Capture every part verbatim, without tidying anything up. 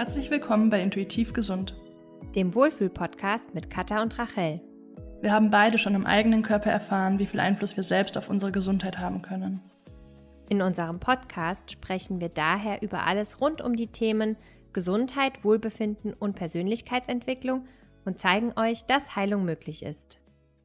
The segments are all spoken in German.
Herzlich willkommen bei Intuitiv Gesund, dem Wohlfühl-Podcast mit Katha und Rachel. Wir haben beide schon im eigenen Körper erfahren, wie viel Einfluss wir selbst auf unsere Gesundheit haben können. In unserem Podcast sprechen wir daher über alles rund um die Themen Gesundheit, Wohlbefinden und Persönlichkeitsentwicklung und zeigen euch, dass Heilung möglich ist.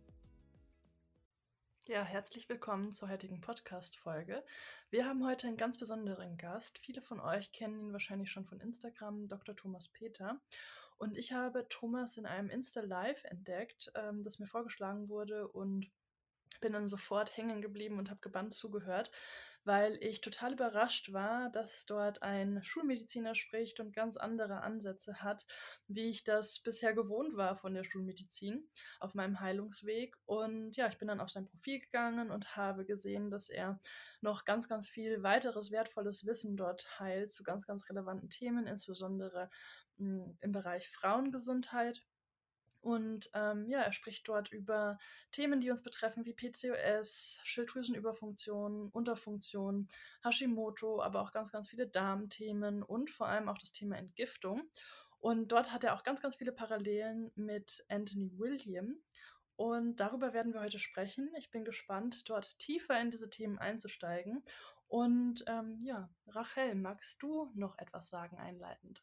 Ja, herzlich willkommen zur heutigen Podcast-Folge. Wir haben heute einen ganz besonderen Gast. Viele von euch kennen ihn wahrscheinlich schon von Instagram, Doktor Thomas Peter. Und ich habe Thomas in einem Insta-Live entdeckt, ähm, das mir vorgeschlagen wurde, und bin dann sofort hängen geblieben und habe gebannt zugehört, weil ich total überrascht war, dass dort ein Schulmediziner spricht und ganz andere Ansätze hat, wie ich das bisher gewohnt war von der Schulmedizin auf meinem Heilungsweg. Und ja, ich bin dann auf sein Profil gegangen und habe gesehen, dass er noch ganz, ganz viel weiteres wertvolles Wissen dort teilt zu ganz, ganz relevanten Themen, insbesondere mh, im Bereich Frauengesundheit. Und ähm, ja, er spricht dort über Themen, die uns betreffen, wie P C O S, Schilddrüsenüberfunktion, Unterfunktion, Hashimoto, aber auch ganz, ganz viele Darmthemen und vor allem auch das Thema Entgiftung. Und dort hat er auch ganz, ganz viele Parallelen mit Anthony William. Und darüber werden wir heute sprechen. Ich bin gespannt, dort tiefer in diese Themen einzusteigen. Und ähm, ja, Rachel, magst du noch etwas sagen einleitend?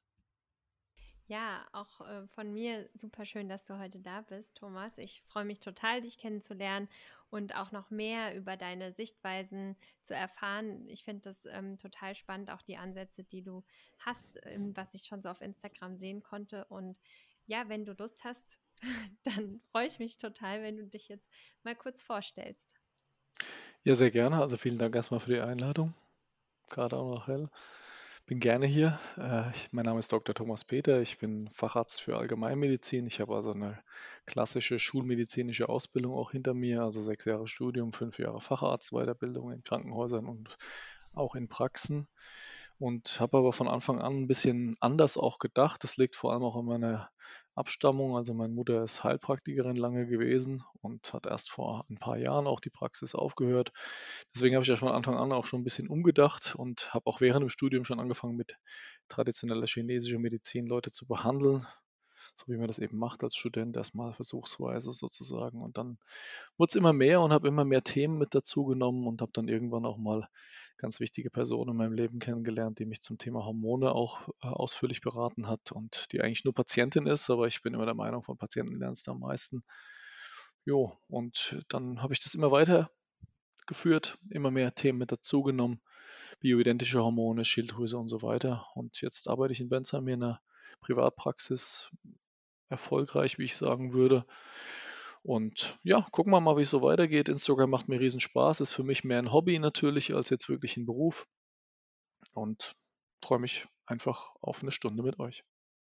Ja, auch äh, von mir super schön, dass du heute da bist, Thomas. Ich freue mich total, dich kennenzulernen und auch noch mehr über deine Sichtweisen zu erfahren. Ich finde das ähm, total spannend, auch die Ansätze, die du hast, ähm, was ich schon so auf Instagram sehen konnte. Und ja, wenn du Lust hast, dann freue ich mich total, wenn du dich jetzt mal kurz vorstellst. Ja, sehr gerne. Also vielen Dank erstmal für die Einladung, Katha und Rachel. Bin gerne hier. Äh, ich, mein Name ist Doktor Thomas Peter. Ich bin Facharzt für Allgemeinmedizin. Ich habe also eine klassische schulmedizinische Ausbildung auch hinter mir, also sechs Jahre Studium, fünf Jahre Facharztweiterbildung in Krankenhäusern und auch in Praxen. Und habe aber von Anfang an ein bisschen anders auch gedacht. Das liegt vor allem auch an meiner Abstammung. Also meine Mutter ist Heilpraktikerin lange gewesen und hat erst vor ein paar Jahren auch die Praxis aufgehört. Deswegen habe ich ja von Anfang an auch schon ein bisschen umgedacht und habe auch während dem Studium schon angefangen, mit traditioneller chinesischer Medizin Leute zu behandeln, so wie man das eben macht als Student, erstmal versuchsweise sozusagen. Und dann wurde es immer mehr und habe immer mehr Themen mit dazu genommen und habe dann irgendwann auch mal ganz wichtige Personen in meinem Leben kennengelernt, die mich zum Thema Hormone auch äh, ausführlich beraten hat und die eigentlich nur Patientin ist, aber ich bin immer der Meinung, von Patienten lernst du am meisten. Jo, und dann habe ich das immer weiter geführt, immer mehr Themen mit dazugenommen, bioidentische Hormone, Schilddrüse und so weiter. Und jetzt arbeite ich in Bensheim in einer Privatpraxis, erfolgreich, wie ich sagen würde. Und ja, gucken wir mal, wie es so weitergeht. Instagram macht mir riesen Spaß, ist für mich mehr ein Hobby natürlich als jetzt wirklich ein Beruf. Und freue mich einfach auf eine Stunde mit euch.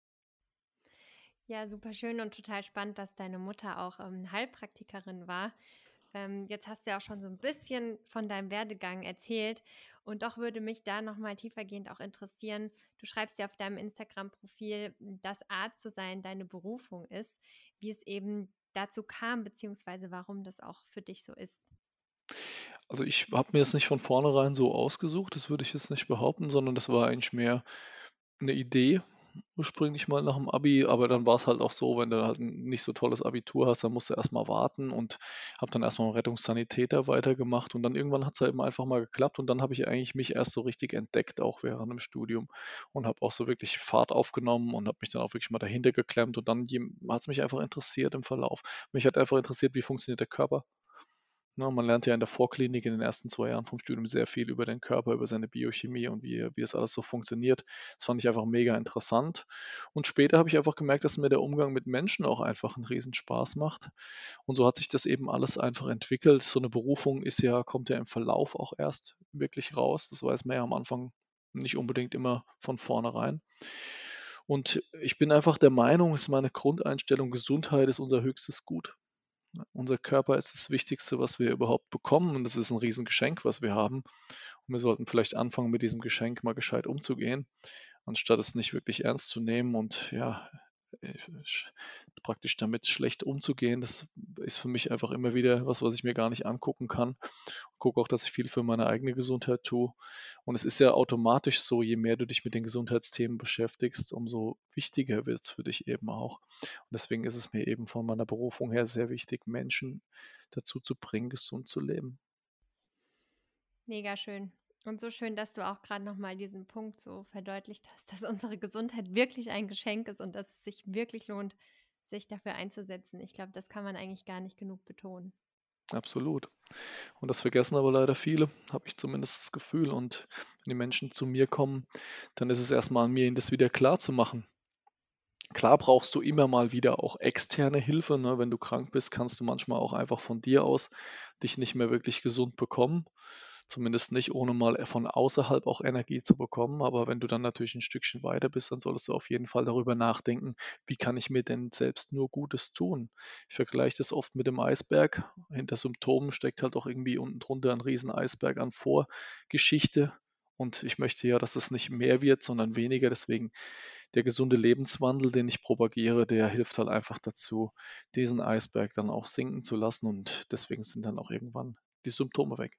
Ja, super schön und total spannend, dass deine Mutter auch ähm, Heilpraktikerin war. Ähm, jetzt hast du ja auch schon so ein bisschen von deinem Werdegang erzählt und doch würde mich da nochmal tiefergehend auch interessieren. Du schreibst ja auf deinem Instagram-Profil, dass Arzt zu sein deine Berufung ist, wie es eben dazu kam, beziehungsweise warum das auch für dich so ist. Also ich habe mir das nicht von vornherein so ausgesucht, das würde ich jetzt nicht behaupten, sondern das war eigentlich mehr eine Idee ursprünglich mal nach dem Abi, aber dann war es halt auch so, wenn du halt 'n nicht so tolles Abitur hast, dann musst du erst mal warten und habe dann erst mal Rettungssanitäter weitergemacht und dann irgendwann hat's halt eben einfach mal geklappt und dann habe ich eigentlich mich erst so richtig entdeckt, auch während dem Studium und habe auch so wirklich Fahrt aufgenommen und habe mich dann auch wirklich mal dahinter geklemmt und dann hat es mich einfach interessiert im Verlauf. Mich hat einfach interessiert, wie funktioniert der Körper? Ne, man lernt ja in der Vorklinik in den ersten zwei Jahren vom Studium sehr viel über den Körper, über seine Biochemie und wie wie das alles so funktioniert. Das fand ich einfach mega interessant. Und später habe ich einfach gemerkt, dass mir der Umgang mit Menschen auch einfach 'n Riesenspaß macht. Und so hat sich das eben alles einfach entwickelt. So eine Berufung ist ja kommt ja im Verlauf auch erst wirklich raus. Das weiß man ja am Anfang nicht unbedingt immer von vornherein. Und ich bin einfach der Meinung, ist meine Grundeinstellung, Gesundheit ist unser höchstes Gut. Ne, unser Körper ist das Wichtigste, was wir überhaupt bekommen und das ist ein Riesengeschenk, was wir haben. Und wir sollten vielleicht anfangen, mit diesem Geschenk mal gescheit umzugehen, anstatt es nicht wirklich ernst zu nehmen und ja, äh, sch praktisch damit schlecht umzugehen. Das ist für mich einfach immer wieder was, was ich mir gar nicht angucken kann. Gucke auch, dass ich viel für meine eigene Gesundheit tue. Und es ist ja automatisch so, je mehr du dich mit den Gesundheitsthemen beschäftigst, umso wichtiger wird es für dich eben auch. Und deswegen ist es mir eben von meiner Berufung her sehr wichtig, Menschen dazu zu bringen, gesund zu leben. Mega schön. Und so schön, dass du auch gerade nochmal diesen Punkt so verdeutlicht hast, dass unsere Gesundheit wirklich ein Geschenk ist und dass es sich wirklich lohnt, sich dafür einzusetzen. Ich glaube, das kann man eigentlich gar nicht genug betonen. Absolut. Und das vergessen aber leider viele, habe ich zumindest das Gefühl. Und wenn die Menschen zu mir kommen, dann ist es erstmal an mir, ihnen das wieder klar zu machen. Klar brauchst du immer mal wieder auch externe Hilfe, ne? Wenn du krank bist, kannst du manchmal auch einfach von dir aus dich nicht mehr wirklich gesund bekommen. Zumindest nicht, ohne mal von außerhalb auch Energie zu bekommen. Aber wenn du dann natürlich ein Stückchen weiter bist, dann solltest du auf jeden Fall darüber nachdenken, wie kann ich mir denn selbst nur Gutes tun? Ich vergleiche das oft mit dem Eisberg. Hinter Symptomen steckt halt auch irgendwie unten drunter ein riesen Eisberg an Vorgeschichte. Und ich möchte ja, dass es nicht mehr wird, sondern weniger. Deswegen der gesunde Lebenswandel, den ich propagiere, der hilft halt einfach dazu, diesen Eisberg dann auch sinken zu lassen. Und deswegen sind dann auch irgendwann die Symptome weg.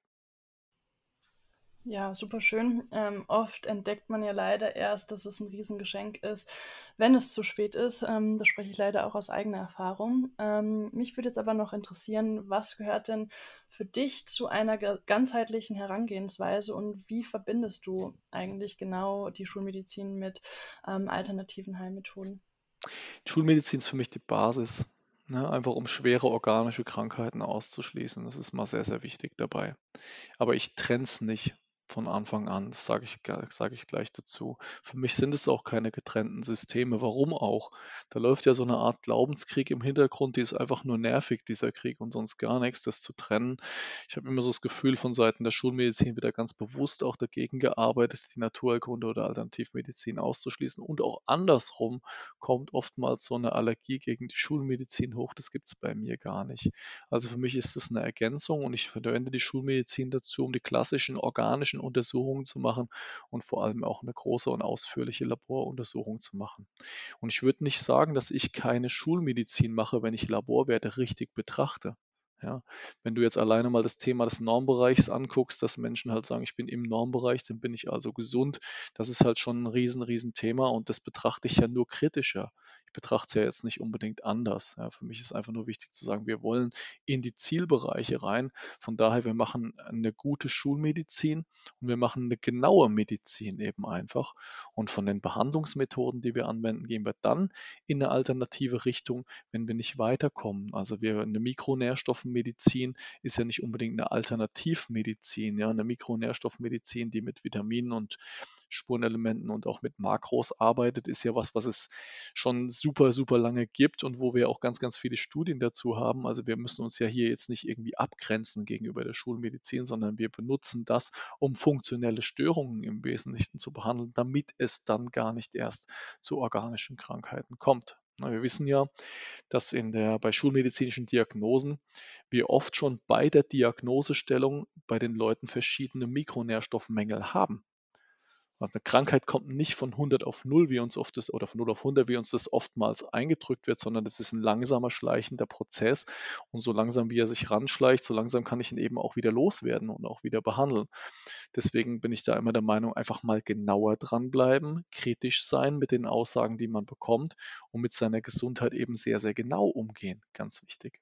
Ja, super schön. Ähm, oft entdeckt man ja leider erst, dass es ein Riesengeschenk ist, wenn es zu spät ist. Ähm, das spreche ich leider auch aus eigener Erfahrung. Ähm, mich würde jetzt aber noch interessieren, was gehört denn für dich zu einer ge- ganzheitlichen Herangehensweise und wie verbindest du eigentlich genau die Schulmedizin mit ähm, alternativen Heilmethoden? Schulmedizin ist für mich die Basis, ne? Einfach um schwere organische Krankheiten auszuschließen. Das ist mal sehr, sehr wichtig dabei. Aber ich trenne es nicht von Anfang an, das sage ich, ga- sage ich gleich dazu. Für mich sind es auch keine getrennten Systeme. Warum auch? Da läuft ja so eine Art Glaubenskrieg im Hintergrund, die ist einfach nur nervig, dieser Krieg und sonst gar nichts, das zu trennen. Ich habe immer so das Gefühl, von Seiten der Schulmedizin wird da ganz bewusst auch dagegen gearbeitet, die Naturheilkunde oder Alternativmedizin auszuschließen. Und auch andersrum kommt oftmals so eine Allergie gegen die Schulmedizin hoch. Das gibt es bei mir gar nicht. Also für mich ist es eine Ergänzung und ich verwende die Schulmedizin dazu, um die klassischen organischen Untersuchungen zu machen und vor allem auch eine große und ausführliche Laboruntersuchung zu machen. Und ich würde nicht sagen, dass ich keine Schulmedizin mache, wenn ich Laborwerte richtig betrachte. Ja, wenn du jetzt alleine mal das Thema des Normbereichs anguckst, dass Menschen halt sagen, ich bin im Normbereich, dann bin ich also gesund. Das ist halt schon ein riesen, riesen Thema und das betrachte ich ja nur kritischer. Ich betrachte es ja jetzt nicht unbedingt anders. Ja, für mich ist einfach nur wichtig zu sagen, wir wollen in die Zielbereiche rein. Von daher, wir machen eine gute Schulmedizin und wir machen eine genaue Medizin eben einfach. Und von den Behandlungsmethoden, die wir anwenden, gehen wir dann in eine alternative Richtung, wenn wir nicht weiterkommen. Also wir, eine Mikronährstoffmedizin ist ja nicht unbedingt eine Alternativmedizin, ja, eine Mikronährstoffmedizin, die mit Vitaminen und Spurenelementen und auch mit Makros arbeitet, ist ja was, was es schon super, super lange gibt und wo wir auch ganz, ganz viele Studien dazu haben. Also wir müssen uns ja hier jetzt nicht irgendwie abgrenzen gegenüber der Schulmedizin, sondern wir benutzen das, um funktionelle Störungen im Wesentlichen zu behandeln, damit es dann gar nicht erst zu organischen Krankheiten kommt. Na, wir wissen ja, dass in der, bei schulmedizinischen Diagnosen wir oft schon bei der Diagnosestellung bei den Leuten verschiedene Mikronährstoffmängel haben. Also eine Krankheit kommt nicht von hundert auf null, wie uns oft das, oder von null auf hundert, wie uns das oftmals eingedrückt wird, sondern das ist ein langsamer, schleichender Prozess. Und so langsam, wie er sich ranschleicht, so langsam kann ich ihn eben auch wieder loswerden und auch wieder behandeln. Deswegen bin ich da immer der Meinung, einfach mal genauer dranbleiben, kritisch sein mit den Aussagen, die man bekommt und mit seiner Gesundheit eben sehr, sehr genau umgehen. Ganz wichtig.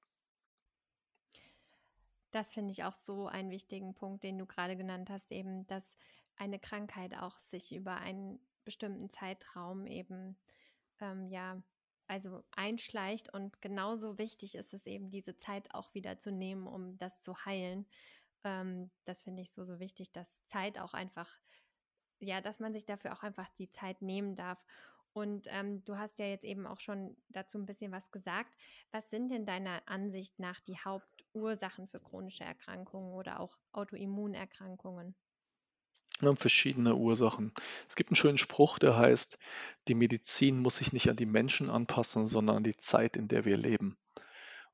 Das finde ich auch so einen wichtigen Punkt, den du gerade genannt hast, eben, dass eine Krankheit auch sich über einen bestimmten Zeitraum eben, ähm, ja, also einschleicht und genauso wichtig ist es eben, diese Zeit auch wieder zu nehmen, um das zu heilen. Ähm, das finde ich so, so wichtig, dass Zeit auch einfach, ja, dass man sich dafür auch einfach die Zeit nehmen darf. Und ähm, du hast ja jetzt eben auch schon dazu ein bisschen was gesagt. Was sind denn deiner Ansicht nach die Hauptursachen für chronische Erkrankungen oder auch Autoimmunerkrankungen? Wir haben verschiedene Ursachen. Es gibt einen schönen Spruch, der heißt, die Medizin muss sich nicht an die Menschen anpassen, sondern an die Zeit, in der wir leben.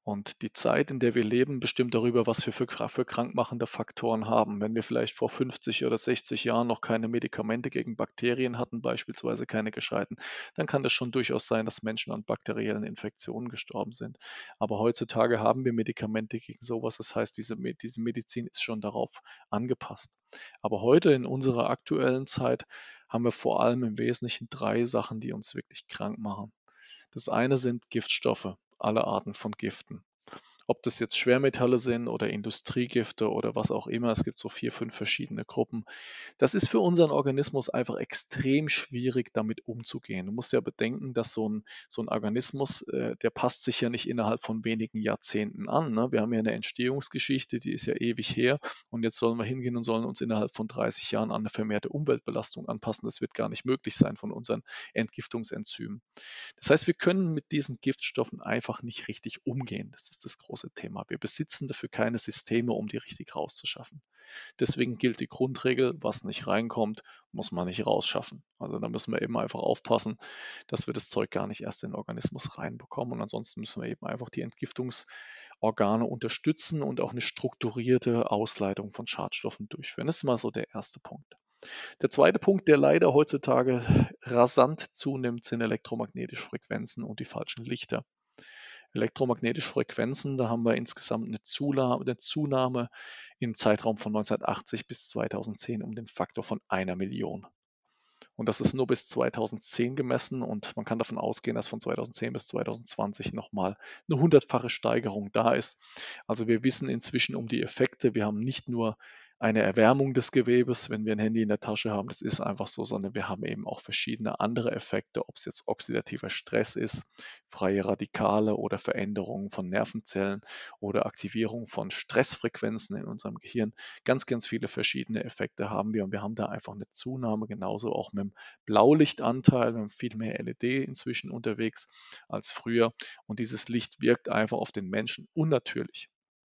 Und die Zeit, in der wir leben, bestimmt darüber, was wir für, für krankmachende Faktoren haben. Wenn wir vielleicht vor fünfzig oder sechzig Jahren noch keine Medikamente gegen Bakterien hatten, beispielsweise keine gescheiten, dann kann es schon durchaus sein, dass Menschen an bakteriellen Infektionen gestorben sind. Aber heutzutage haben wir Medikamente gegen sowas. Das heißt, diese, diese Medizin ist schon darauf angepasst. Aber heute in unserer aktuellen Zeit haben wir vor allem im Wesentlichen drei Sachen, die uns wirklich krank machen. Das eine sind Giftstoffe, alle Arten von Giften. Ob das jetzt Schwermetalle sind oder Industriegifte oder was auch immer, es gibt so vier, fünf verschiedene Gruppen. Das ist für unseren Organismus einfach extrem schwierig, damit umzugehen. Du musst ja bedenken, dass so ein, so ein Organismus, äh, der passt sich ja nicht innerhalb von wenigen Jahrzehnten an. Ne? Wir haben ja eine Entstehungsgeschichte, die ist ja ewig her und jetzt sollen wir hingehen und sollen uns innerhalb von dreißig Jahren an eine vermehrte Umweltbelastung anpassen. Das wird gar nicht möglich sein von unseren Entgiftungsenzymen. Das heißt, wir können mit diesen Giftstoffen einfach nicht richtig umgehen. Das ist das große Thema. Wir besitzen dafür keine Systeme, um die richtig rauszuschaffen. Deswegen gilt die Grundregel, was nicht reinkommt, muss man nicht rausschaffen. Also da müssen wir eben einfach aufpassen, dass wir das Zeug gar nicht erst in den Organismus reinbekommen. Und ansonsten müssen wir eben einfach die Entgiftungsorgane unterstützen und auch eine strukturierte Ausleitung von Schadstoffen durchführen. Das ist mal so der erste Punkt. Der zweite Punkt, der leider heutzutage rasant zunimmt, sind elektromagnetische Frequenzen und die falschen Lichter. Elektromagnetische Frequenzen, da haben wir insgesamt eine Zunahme, eine Zunahme im Zeitraum von neunzehnhundertachtzig bis zweitausendzehn um den Faktor von einer Million. Und das ist nur bis zweitausendzehn gemessen und man kann davon ausgehen, dass von zweitausendzehn bis zweitausendzwanzig nochmal eine hundertfache Steigerung da ist. Also wir wissen inzwischen um die Effekte. Wir haben nicht nur eine Erwärmung des Gewebes, wenn wir ein Handy in der Tasche haben, das ist einfach so, sondern wir haben eben auch verschiedene andere Effekte, ob es jetzt oxidativer Stress ist, freie Radikale oder Veränderungen von Nervenzellen oder Aktivierung von Stressfrequenzen in unserem Gehirn. Ganz, ganz viele verschiedene Effekte haben wir und wir haben da einfach eine Zunahme, genauso auch mit dem Blaulichtanteil. Wir haben viel mehr L E D inzwischen unterwegs als früher und dieses Licht wirkt einfach auf den Menschen unnatürlich.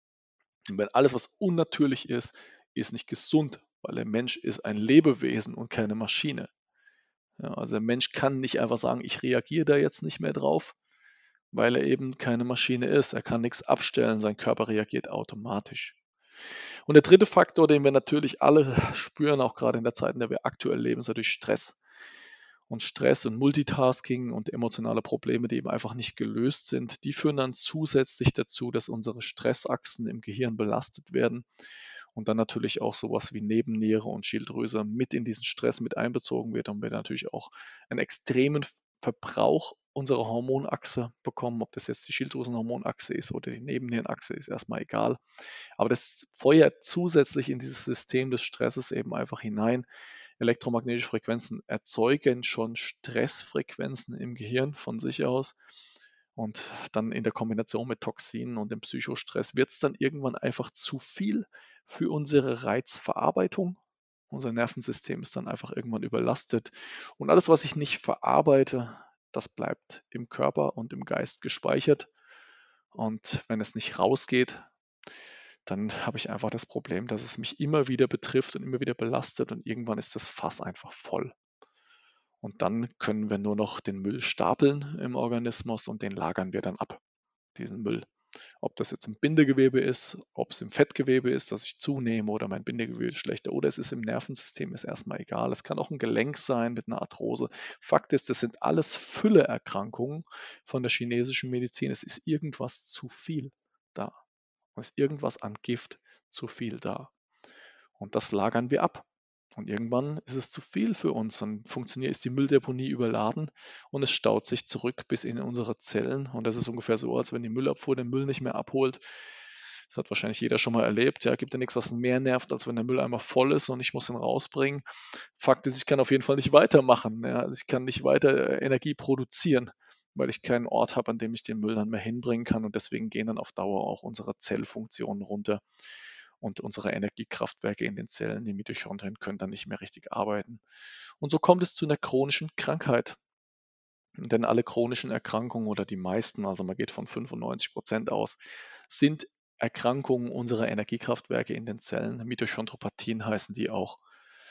Und wenn alles, was unnatürlich ist, ist nicht gesund, weil der Mensch ist ein Lebewesen und keine Maschine. Ja, also der Mensch kann nicht einfach sagen, ich reagiere da jetzt nicht mehr drauf, weil er eben keine Maschine ist. Er kann nichts abstellen, sein Körper reagiert automatisch. Und der dritte Faktor, den wir natürlich alle spüren, auch gerade in der Zeit, in der wir aktuell leben, ist natürlich Stress. Und Stress und Multitasking und emotionale Probleme, die eben einfach nicht gelöst sind, die führen dann zusätzlich dazu, dass unsere Stressachsen im Gehirn belastet werden und dann natürlich auch sowas wie Nebenniere und Schilddrüse mit in diesen Stress mit einbezogen wird und wir natürlich auch einen extremen Verbrauch unserer Hormonachse bekommen. Ob das jetzt die Schilddrüsenhormonachse ist oder die Nebennierenachse, ist erstmal egal. Aber das feuert zusätzlich in dieses System des Stresses eben einfach hinein. Elektromagnetische Frequenzen erzeugen schon Stressfrequenzen im Gehirn von sich aus. Und dann in der Kombination mit Toxinen und dem Psychostress wird es dann irgendwann einfach zu viel für unsere Reizverarbeitung. Unser Nervensystem ist dann einfach irgendwann überlastet. Und alles, was ich nicht verarbeite, das bleibt im Körper und im Geist gespeichert. Und wenn es nicht rausgeht, dann habe ich einfach das Problem, dass es mich immer wieder betrifft und immer wieder belastet und irgendwann ist das Fass einfach voll. Und dann können wir nur noch den Müll stapeln im Organismus und den lagern wir dann ab, diesen Müll. Ob das jetzt im Bindegewebe ist, ob es im Fettgewebe ist, dass ich zunehme oder mein Bindegewebe ist schlechter oder es ist im Nervensystem, ist erstmal egal. Es kann auch ein Gelenk sein mit einer Arthrose. Fakt ist, das sind alles Fülleerkrankungen von der chinesischen Medizin. Es ist irgendwas zu viel da. Es ist irgendwas an Gift zu viel da. Und das lagern wir ab. Und irgendwann ist es zu viel für uns. Dann funktioniert, ist die Mülldeponie überladen und es staut sich zurück bis in unsere Zellen. Und das ist ungefähr so, als wenn die Müllabfuhr den Müll nicht mehr abholt. Das hat wahrscheinlich jeder schon mal erlebt. Ja, gibt ja nichts, was mehr nervt, als wenn der Müll einmal voll ist und ich muss ihn rausbringen. Fakt ist, ich kann auf jeden Fall nicht weitermachen. Ja, also ich kann nicht weiter Energie produzieren, weil ich keinen Ort habe, an dem ich den Müll dann mehr hinbringen kann. Und deswegen gehen dann auf Dauer auch unsere Zellfunktionen runter. Und unsere Energiekraftwerke in den Zellen, die Mitochondrien, können dann nicht mehr richtig arbeiten. Und so kommt es zu einer chronischen Krankheit. Denn alle chronischen Erkrankungen oder die meisten, also man geht von fünfundneunzig Prozent aus, sind Erkrankungen unserer Energiekraftwerke in den Zellen. Mitochondropathien heißen die auch.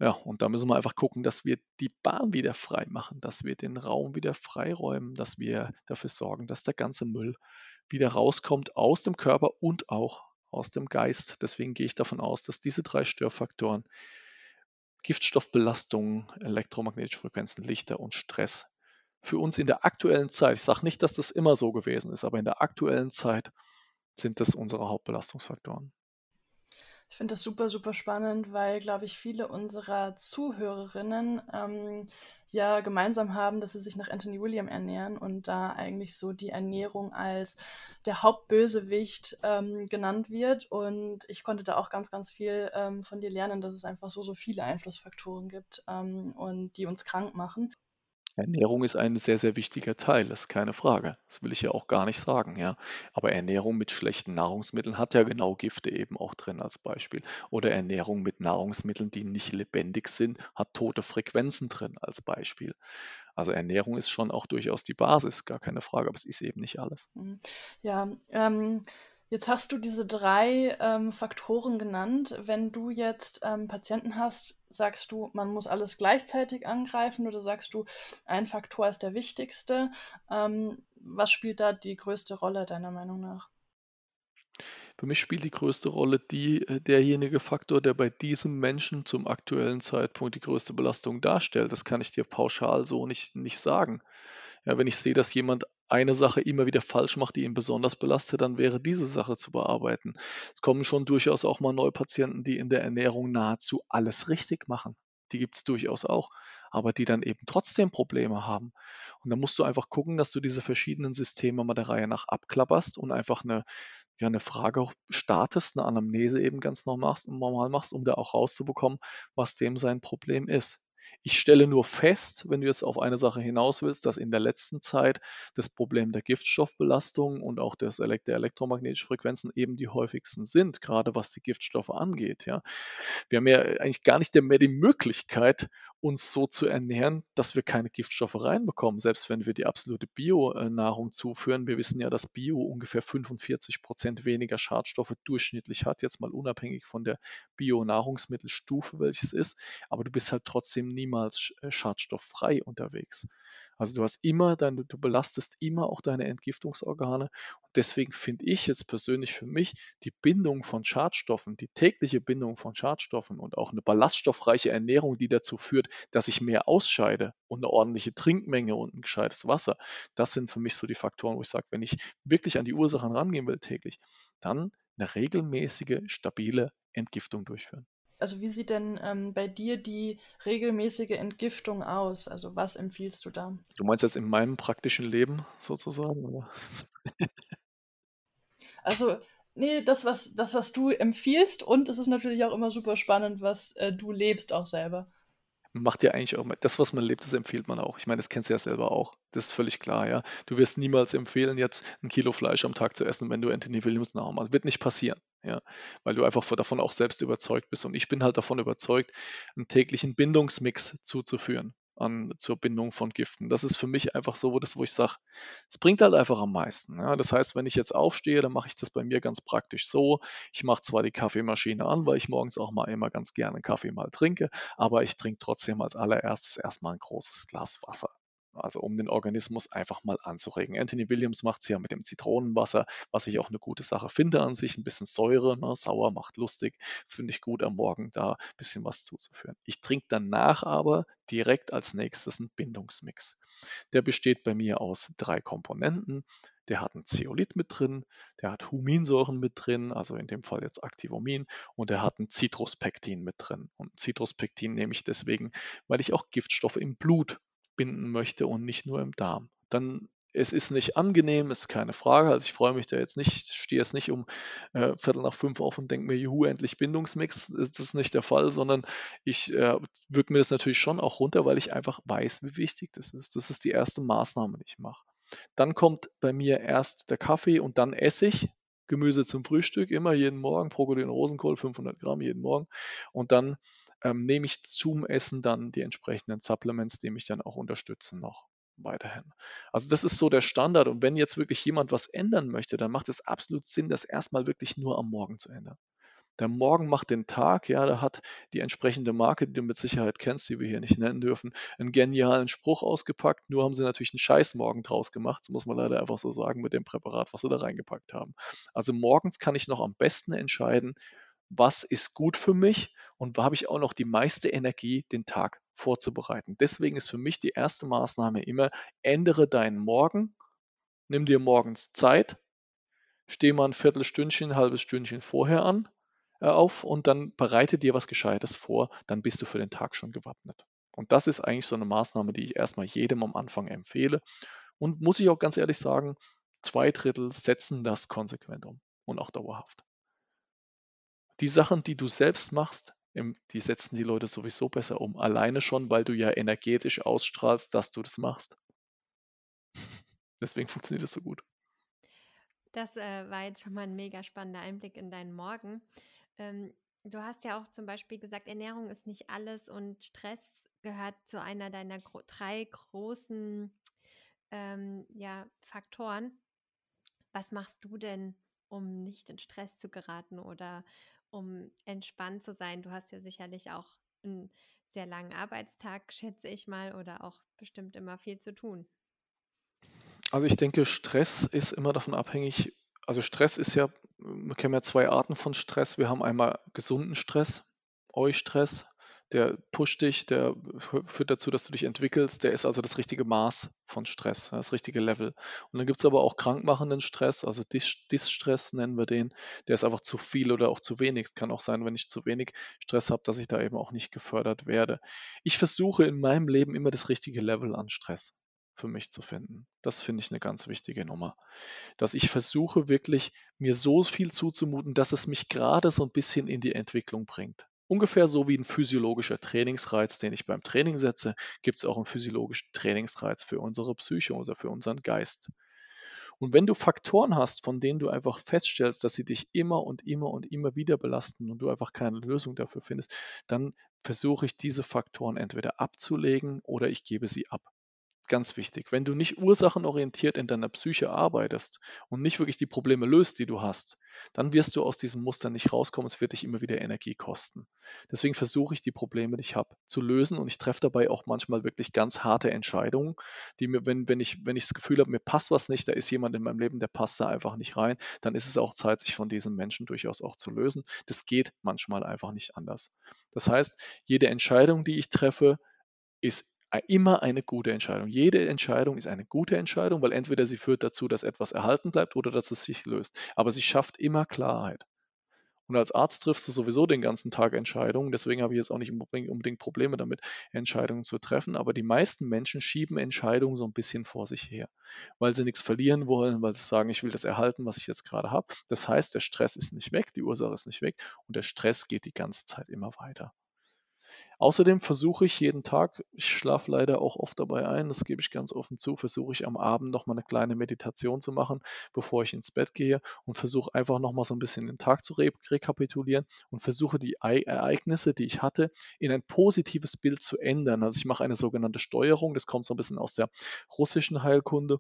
Ja, und da müssen wir einfach gucken, dass wir die Bahn wieder frei machen, dass wir den Raum wieder freiräumen, dass wir dafür sorgen, dass der ganze Müll wieder rauskommt aus dem Körper und auch aus dem Geist. Deswegen gehe ich davon aus, dass diese drei Störfaktoren, Giftstoffbelastung, elektromagnetische Frequenzen, Lichter und Stress, für uns in der aktuellen Zeit, ich sage nicht, dass das immer so gewesen ist, aber in der aktuellen Zeit sind das unsere Hauptbelastungsfaktoren. Ich finde das super, super spannend, weil, glaube ich, viele unserer Zuhörerinnen ähm, ja gemeinsam haben, dass sie sich nach Anthony William ernähren und da eigentlich so die Ernährung als der Hauptbösewicht ähm, genannt wird. Und ich konnte da auch ganz, ganz viel ähm, von dir lernen, dass es einfach so, so viele Einflussfaktoren gibt ähm, und die uns krank machen. Ernährung ist ein sehr, sehr wichtiger Teil, das ist keine Frage. Das will ich ja auch gar nicht sagen, ja. Aber Ernährung mit schlechten Nahrungsmitteln hat ja genau Gifte eben auch drin als Beispiel. Oder Ernährung mit Nahrungsmitteln, die nicht lebendig sind, hat tote Frequenzen drin als Beispiel. Also Ernährung ist schon auch durchaus die Basis, gar keine Frage, aber es ist eben nicht alles. Mhm. Ja, ähm, jetzt hast du diese drei ähm, Faktoren genannt. Wenn du jetzt ähm, Patienten hast, sagst du, man muss alles gleichzeitig angreifen oder sagst du, ein Faktor ist der wichtigste? Ähm, was spielt da die größte Rolle deiner Meinung nach? Für mich spielt die größte Rolle die, äh, derjenige Faktor, der bei diesem Menschen zum aktuellen Zeitpunkt die größte Belastung darstellt. Das kann ich dir pauschal so nicht, nicht sagen. Ja, wenn ich sehe, dass jemand eine Sache immer wieder falsch macht, die ihn besonders belastet, dann wäre diese Sache zu bearbeiten. Es kommen schon durchaus auch mal neue Patienten, die in der Ernährung nahezu alles richtig machen. Die gibt es durchaus auch, aber die dann eben trotzdem Probleme haben. Und da musst du einfach gucken, dass du diese verschiedenen Systeme mal der Reihe nach abklapperst und einfach eine, ja, eine Frage startest, eine Anamnese eben ganz normal machst, normal machst, um da auch rauszubekommen, was dem sein Problem ist. Ich stelle nur fest, wenn du jetzt auf eine Sache hinaus willst, dass in der letzten Zeit das Problem der Giftstoffbelastung und auch des Elek der elektromagnetischen Frequenzen eben die häufigsten sind, gerade was die Giftstoffe angeht, ja. Wir haben ja eigentlich gar nicht mehr die Möglichkeit, uns so zu ernähren, dass wir keine Giftstoffe reinbekommen, selbst wenn wir die absolute Bio-Nahrung zuführen. Wir wissen ja, dass Bio ungefähr fünfundvierzig Prozent weniger Schadstoffe durchschnittlich hat, jetzt mal unabhängig von der Bio-Nahrungsmittelstufe, welches ist, aber du bist halt trotzdem niemals äh, schadstofffrei unterwegs. Also du hast immer deine, du belastest immer auch deine Entgiftungsorgane. Und deswegen finde ich jetzt persönlich für mich die Bindung von Schadstoffen, die tägliche Bindung von Schadstoffen und auch eine ballaststoffreiche Ernährung, die dazu führt, dass ich mehr ausscheide und eine ordentliche Trinkmenge und ein gescheites Wasser, das sind für mich so die Faktoren, wo ich sage, wenn ich wirklich an die Ursachen rangehen will täglich, dann eine regelmäßige, stabile Entgiftung durchführen. Also wie sieht denn ähm, bei dir die regelmäßige Entgiftung aus? Also was empfiehlst du da? Du meinst jetzt in meinem praktischen Leben sozusagen, oder? Also, nee, das, was, das, was du empfiehlst, und es ist natürlich auch immer super spannend, was äh, du lebst auch selber. Macht ja eigentlich auch mal das, was man lebt, das empfiehlt man auch. Ich meine, das kennst du ja selber auch. Das ist völlig klar, ja. Du wirst niemals empfehlen, jetzt ein Kilo Fleisch am Tag zu essen, wenn du Anthony Williams nachmachst. Wird nicht passieren, ja, weil du einfach davon auch selbst überzeugt bist. Und ich bin halt davon überzeugt, einen täglichen Bindungsmix zuzuführen an zur Bindung von Giften. Das ist für mich einfach so, wo das, wo ich sage, es bringt halt einfach am meisten. Ja. Das heißt, wenn ich jetzt aufstehe, dann mache ich das bei mir ganz praktisch so. Ich mache zwar die Kaffeemaschine an, weil ich morgens auch mal immer ganz gerne Kaffee mal trinke, aber ich trinke trotzdem als allererstes erstmal ein großes Glas Wasser. Also um den Organismus einfach mal anzuregen. Anthony Williams macht es ja mit dem Zitronenwasser, was ich auch eine gute Sache finde an sich. Ein bisschen Säure, ne? Sauer macht lustig, finde ich gut am Morgen da ein bisschen was zuzuführen. Ich trinke danach aber direkt als nächstes einen Bindungsmix. Der besteht bei mir aus drei Komponenten. Der hat ein Zeolit mit drin, der hat Huminsäuren mit drin, also in dem Fall jetzt Activomin, und er hat ein Citruspektin mit drin. Und Citruspektin nehme ich deswegen, weil ich auch Giftstoffe im Blut binden möchte und nicht nur im Darm. Dann es ist nicht angenehm, ist keine Frage. Also ich freue mich da jetzt nicht, stehe jetzt nicht um äh, Viertel nach fünf auf und denke mir, juhu, endlich Bindungsmix. Das ist nicht der Fall, sondern ich äh, wirke mir das natürlich schon auch runter, weil ich einfach weiß, wie wichtig das ist. Das ist die erste Maßnahme, die ich mache. Dann kommt bei mir erst der Kaffee und dann Essig. Gemüse zum Frühstück, immer jeden Morgen, Brokkoli und Rosenkohl, fünfhundert Gramm jeden Morgen. Und dann ähm, nehme ich zum Essen dann die entsprechenden Supplements, die mich dann auch unterstützen noch weiterhin. Also das ist so der Standard. Und wenn jetzt wirklich jemand was ändern möchte, dann macht es absolut Sinn, das erstmal wirklich nur am Morgen zu ändern. Der Morgen macht den Tag, ja, da hat die entsprechende Marke, die du mit Sicherheit kennst, die wir hier nicht nennen dürfen, einen genialen Spruch ausgepackt. Nur haben sie natürlich einen Scheißmorgen draus gemacht, das muss man leider einfach so sagen, mit dem Präparat, was sie da reingepackt haben. Also morgens kann ich noch am besten entscheiden, was ist gut für mich und wo habe ich auch noch die meiste Energie, den Tag vorzubereiten. Deswegen ist für mich die erste Maßnahme immer, ändere deinen Morgen, nimm dir morgens Zeit, steh mal ein Viertelstündchen, ein halbes Stündchen vorher an, äh, auf und dann bereite dir was Gescheites vor, dann bist du für den Tag schon gewappnet. Und das ist eigentlich so eine Maßnahme, die ich erstmal jedem am Anfang empfehle. Und muss ich auch ganz ehrlich sagen, zwei Drittel setzen das konsequent um und auch dauerhaft. Die Sachen, die du selbst machst, im- die setzen die Leute sowieso besser um. Alleine schon, weil du ja energetisch ausstrahlst, dass du das machst. Deswegen funktioniert das so gut. Das äh, war jetzt schon mal ein mega spannender Einblick in deinen Morgen. Ähm, du hast ja auch zum Beispiel gesagt, Ernährung ist nicht alles und Stress gehört zu einer deiner gro drei großen ähm, ja, Faktoren. Was machst du denn, um nicht in Stress zu geraten oder um entspannt zu sein? Du hast ja sicherlich auch einen sehr langen Arbeitstag, schätze ich mal, oder auch bestimmt immer viel zu tun. Also ich denke, Stress ist immer davon abhängig. Also Stress ist ja, wir kennen ja zwei Arten von Stress. Wir haben einmal gesunden Stress, Eustress, der pusht dich, der fü- führt dazu, dass du dich entwickelst. Der ist also das richtige Maß von Stress, ja, das richtige Level. Und dann gibt es aber auch krankmachenden Stress, also Dis Distress nennen wir den. Der ist einfach zu viel oder auch zu wenig. Es kann auch sein, wenn ich zu wenig Stress habe, dass ich da eben auch nicht gefördert werde. Ich versuche in meinem Leben immer das richtige Level an Stress für mich zu finden. Das finde ich eine ganz wichtige Nummer, dass ich versuche wirklich, mir so viel zuzumuten, dass es mich gerade so ein bisschen in die Entwicklung bringt. Ungefähr so wie ein physiologischer Trainingsreiz, den ich beim Training setze, gibt es auch einen physiologischen Trainingsreiz für unsere Psyche oder für unseren Geist. Und wenn du Faktoren hast, von denen du einfach feststellst, dass sie dich immer und immer und immer wieder belasten und du einfach keine Lösung dafür findest, dann versuche ich diese Faktoren entweder abzulegen oder ich gebe sie ab. Ganz wichtig. Wenn du nicht ursachenorientiert in deiner Psyche arbeitest und nicht wirklich die Probleme löst, die du hast, dann wirst du aus diesem Muster nicht rauskommen. Es wird dich immer wieder Energie kosten. Deswegen versuche ich die Probleme, die ich habe, zu lösen und ich treffe dabei auch manchmal wirklich ganz harte Entscheidungen, die mir, wenn, wenn ich, wenn ich das Gefühl habe, mir passt was nicht, da ist jemand in meinem Leben, der passt da einfach nicht rein, dann ist es auch Zeit, sich von diesem Menschen durchaus auch zu lösen. Das geht manchmal einfach nicht anders. Das heißt, jede Entscheidung, die ich treffe, ist immer eine gute Entscheidung. Jede Entscheidung ist eine gute Entscheidung, weil entweder sie führt dazu, dass etwas erhalten bleibt oder dass es sich löst. Aber sie schafft immer Klarheit. Und als Arzt triffst du sowieso den ganzen Tag Entscheidungen. Deswegen habe ich jetzt auch nicht unbedingt Probleme damit, Entscheidungen zu treffen. Aber die meisten Menschen schieben Entscheidungen so ein bisschen vor sich her, weil sie nichts verlieren wollen, weil sie sagen, ich will das erhalten, was ich jetzt gerade habe. Das heißt, der Stress ist nicht weg, die Ursache ist nicht weg und der Stress geht die ganze Zeit immer weiter. Außerdem versuche ich jeden Tag, ich schlafe leider auch oft dabei ein, das gebe ich ganz offen zu, versuche ich am Abend noch mal eine kleine Meditation zu machen, bevor ich ins Bett gehe und versuche einfach noch mal so ein bisschen den Tag zu re rekapitulieren und versuche die Ei Ereignisse, die ich hatte, in ein positives Bild zu ändern. Also, ich mache eine sogenannte Steuerung, das kommt so ein bisschen aus der russischen Heilkunde.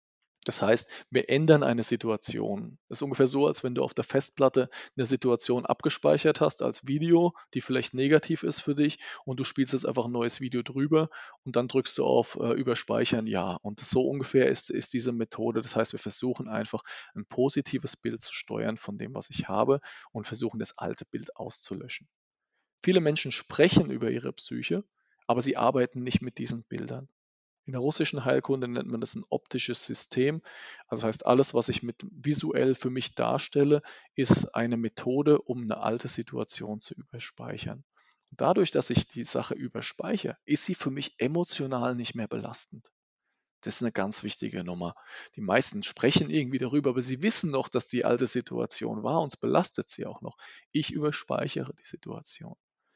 Das heißt, wir ändern eine Situation. Das ist ungefähr so, als wenn du auf der Festplatte eine Situation abgespeichert hast als Video, die vielleicht negativ ist für dich und du spielst jetzt einfach ein neues Video drüber und dann drückst du auf äh, Überspeichern Ja. Und so ungefähr ist, ist diese Methode. Das heißt, wir versuchen einfach ein positives Bild zu steuern von dem, was ich habe und versuchen das alte Bild auszulöschen. Viele Menschen sprechen über ihre Psyche, aber sie arbeiten nicht mit diesen Bildern. In der russischen Heilkunde nennt man das ein optisches System. Also das heißt, alles, was ich mit visuell für mich darstelle, ist eine Methode, um eine alte Situation zu überspeichern. Und dadurch, dass ich die Sache überspeichere, ist sie für mich emotional nicht mehr belastend. Das ist eine ganz wichtige Nummer. Die meisten sprechen irgendwie darüber, aber sie wissen noch, dass die alte Situation war und es belastet sie auch noch. Ich überspeichere die Situation.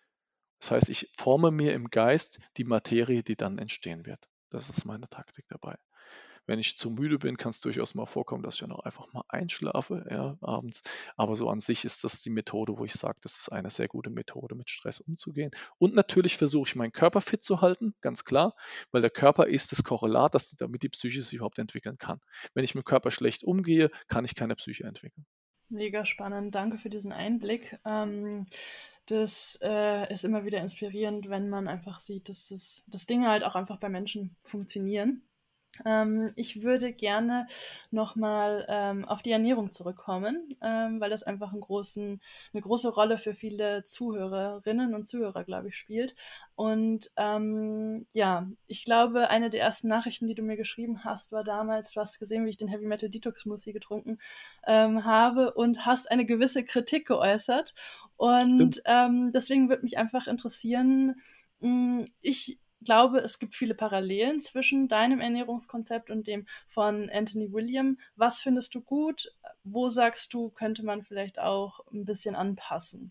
Das heißt, ich forme mir im Geist die Materie, die dann entstehen wird. Das ist meine Taktik dabei. Wenn ich zu müde bin, kann es durchaus mal vorkommen, dass ich dann auch einfach mal einschlafe, ja, abends. Aber so an sich ist das die Methode, wo ich sage, das ist eine sehr gute Methode, mit Stress umzugehen. Und natürlich versuche ich, meinen Körper fit zu halten, ganz klar, weil der Körper ist das Korrelat, das, damit die Psyche sich überhaupt entwickeln kann. Wenn ich mit dem Körper schlecht umgehe, kann ich keine Psyche entwickeln. Mega spannend. Danke für diesen Einblick. Ähm, das äh, ist immer wieder inspirierend, wenn man einfach sieht, dass, das, dass Dinge halt auch einfach bei Menschen funktionieren. Ähm, ich würde gerne nochmal ähm, auf die Ernährung zurückkommen, ähm, weil das einfach einen großen, eine große Rolle für viele Zuhörerinnen und Zuhörer, glaube ich, spielt. Und ähm, ja, ich glaube, eine der ersten Nachrichten, die du mir geschrieben hast, war damals, du hast gesehen, wie ich den Heavy Metal Detox Smoothie getrunken ähm, habe und hast eine gewisse Kritik geäußert. Stimmt. Und ähm, deswegen würde mich einfach interessieren, mh, ich glaube, es gibt viele Parallelen zwischen deinem Ernährungskonzept und dem von Anthony William. Was findest du gut? Wo sagst du, könnte man vielleicht auch ein bisschen anpassen?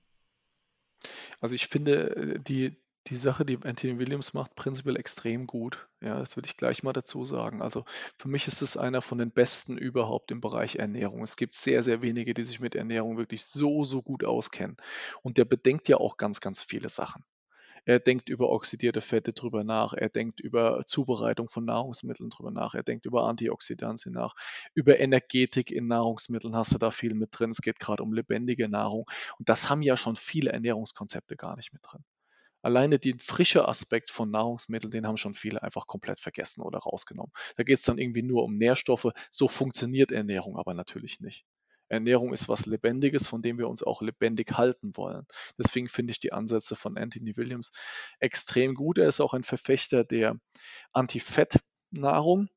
Also ich finde äh, die, die Sache, die Anthony Williams macht, prinzipiell extrem gut. Ja, das will ich gleich mal dazu sagen. Also für mich ist es einer von den besten überhaupt im Bereich Ernährung. Es gibt sehr, sehr wenige, die sich mit Ernährung wirklich so, so gut auskennen. Und der bedenkt ja auch ganz, ganz viele Sachen. Er denkt über oxidierte Fette drüber nach, er denkt über Zubereitung von Nahrungsmitteln drüber nach, er denkt über Antioxidantien nach, über Energetik in Nahrungsmitteln hast du da viel mit drin. Es geht gerade um lebendige Nahrung. Und das haben ja schon viele Ernährungskonzepte gar nicht mit drin. Alleine den frische Aspekt von Nahrungsmitteln, den haben schon viele einfach komplett vergessen oder rausgenommen. Da geht es dann irgendwie nur um Nährstoffe. So funktioniert Ernährung aber natürlich nicht. Ernährung ist was Lebendiges, von dem wir uns auch lebendig halten wollen. Deswegen finde ich die Ansätze von Anthony Williams extrem gut. Er ist auch ein Verfechter der Anti-Fett-Nahrung,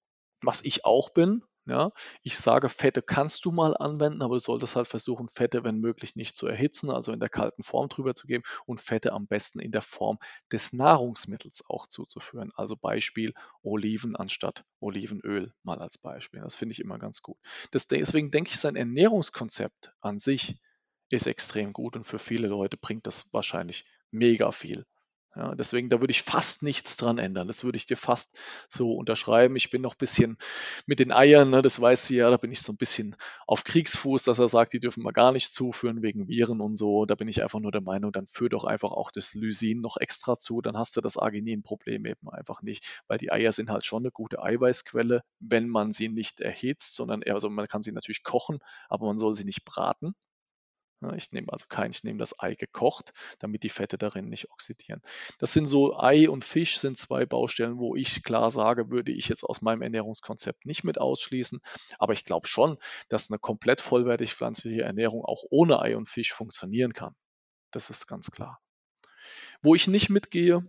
was ich auch bin. Ja, ich sage, Fette kannst du mal anwenden, aber du solltest halt versuchen, Fette, wenn möglich, nicht zu erhitzen, also in der kalten Form drüber zu geben und Fette am besten in der Form des Nahrungsmittels auch zuzuführen. Also Beispiel Oliven anstatt Olivenöl mal als Beispiel. Das finde ich immer ganz gut. Das, deswegen denke ich, sein Ernährungskonzept an sich ist extrem gut und für viele Leute bringt das wahrscheinlich mega viel. Ja, deswegen, da würde ich fast nichts dran ändern. Das würde ich dir fast so unterschreiben. Ich bin noch ein bisschen mit den Eiern, ne, das weiß sie ja, da bin ich so ein bisschen auf Kriegsfuß, dass er sagt, die dürfen wir gar nicht zuführen wegen Viren und so. Da bin ich einfach nur der Meinung, dann führ doch einfach auch das Lysin noch extra zu, dann hast du das Arginin-Problem eben einfach nicht, weil die Eier sind halt schon eine gute Eiweißquelle, wenn man sie nicht erhitzt, sondern eher, also man kann sie natürlich kochen, aber man soll sie nicht braten. Ja, ich nehme also kein, ich nehme das Ei gekocht, damit die Fette darin nicht oxidieren. Das sind so, Ei und Fisch sind zwei Baustellen, wo ich klar sage, würde ich jetzt aus meinem Ernährungskonzept nicht mit ausschließen. Aber ich glaube schon, dass eine komplett vollwertig pflanzliche Ernährung auch ohne Ei und Fisch funktionieren kann. Das ist ganz klar. Wo ich nicht mitgehe,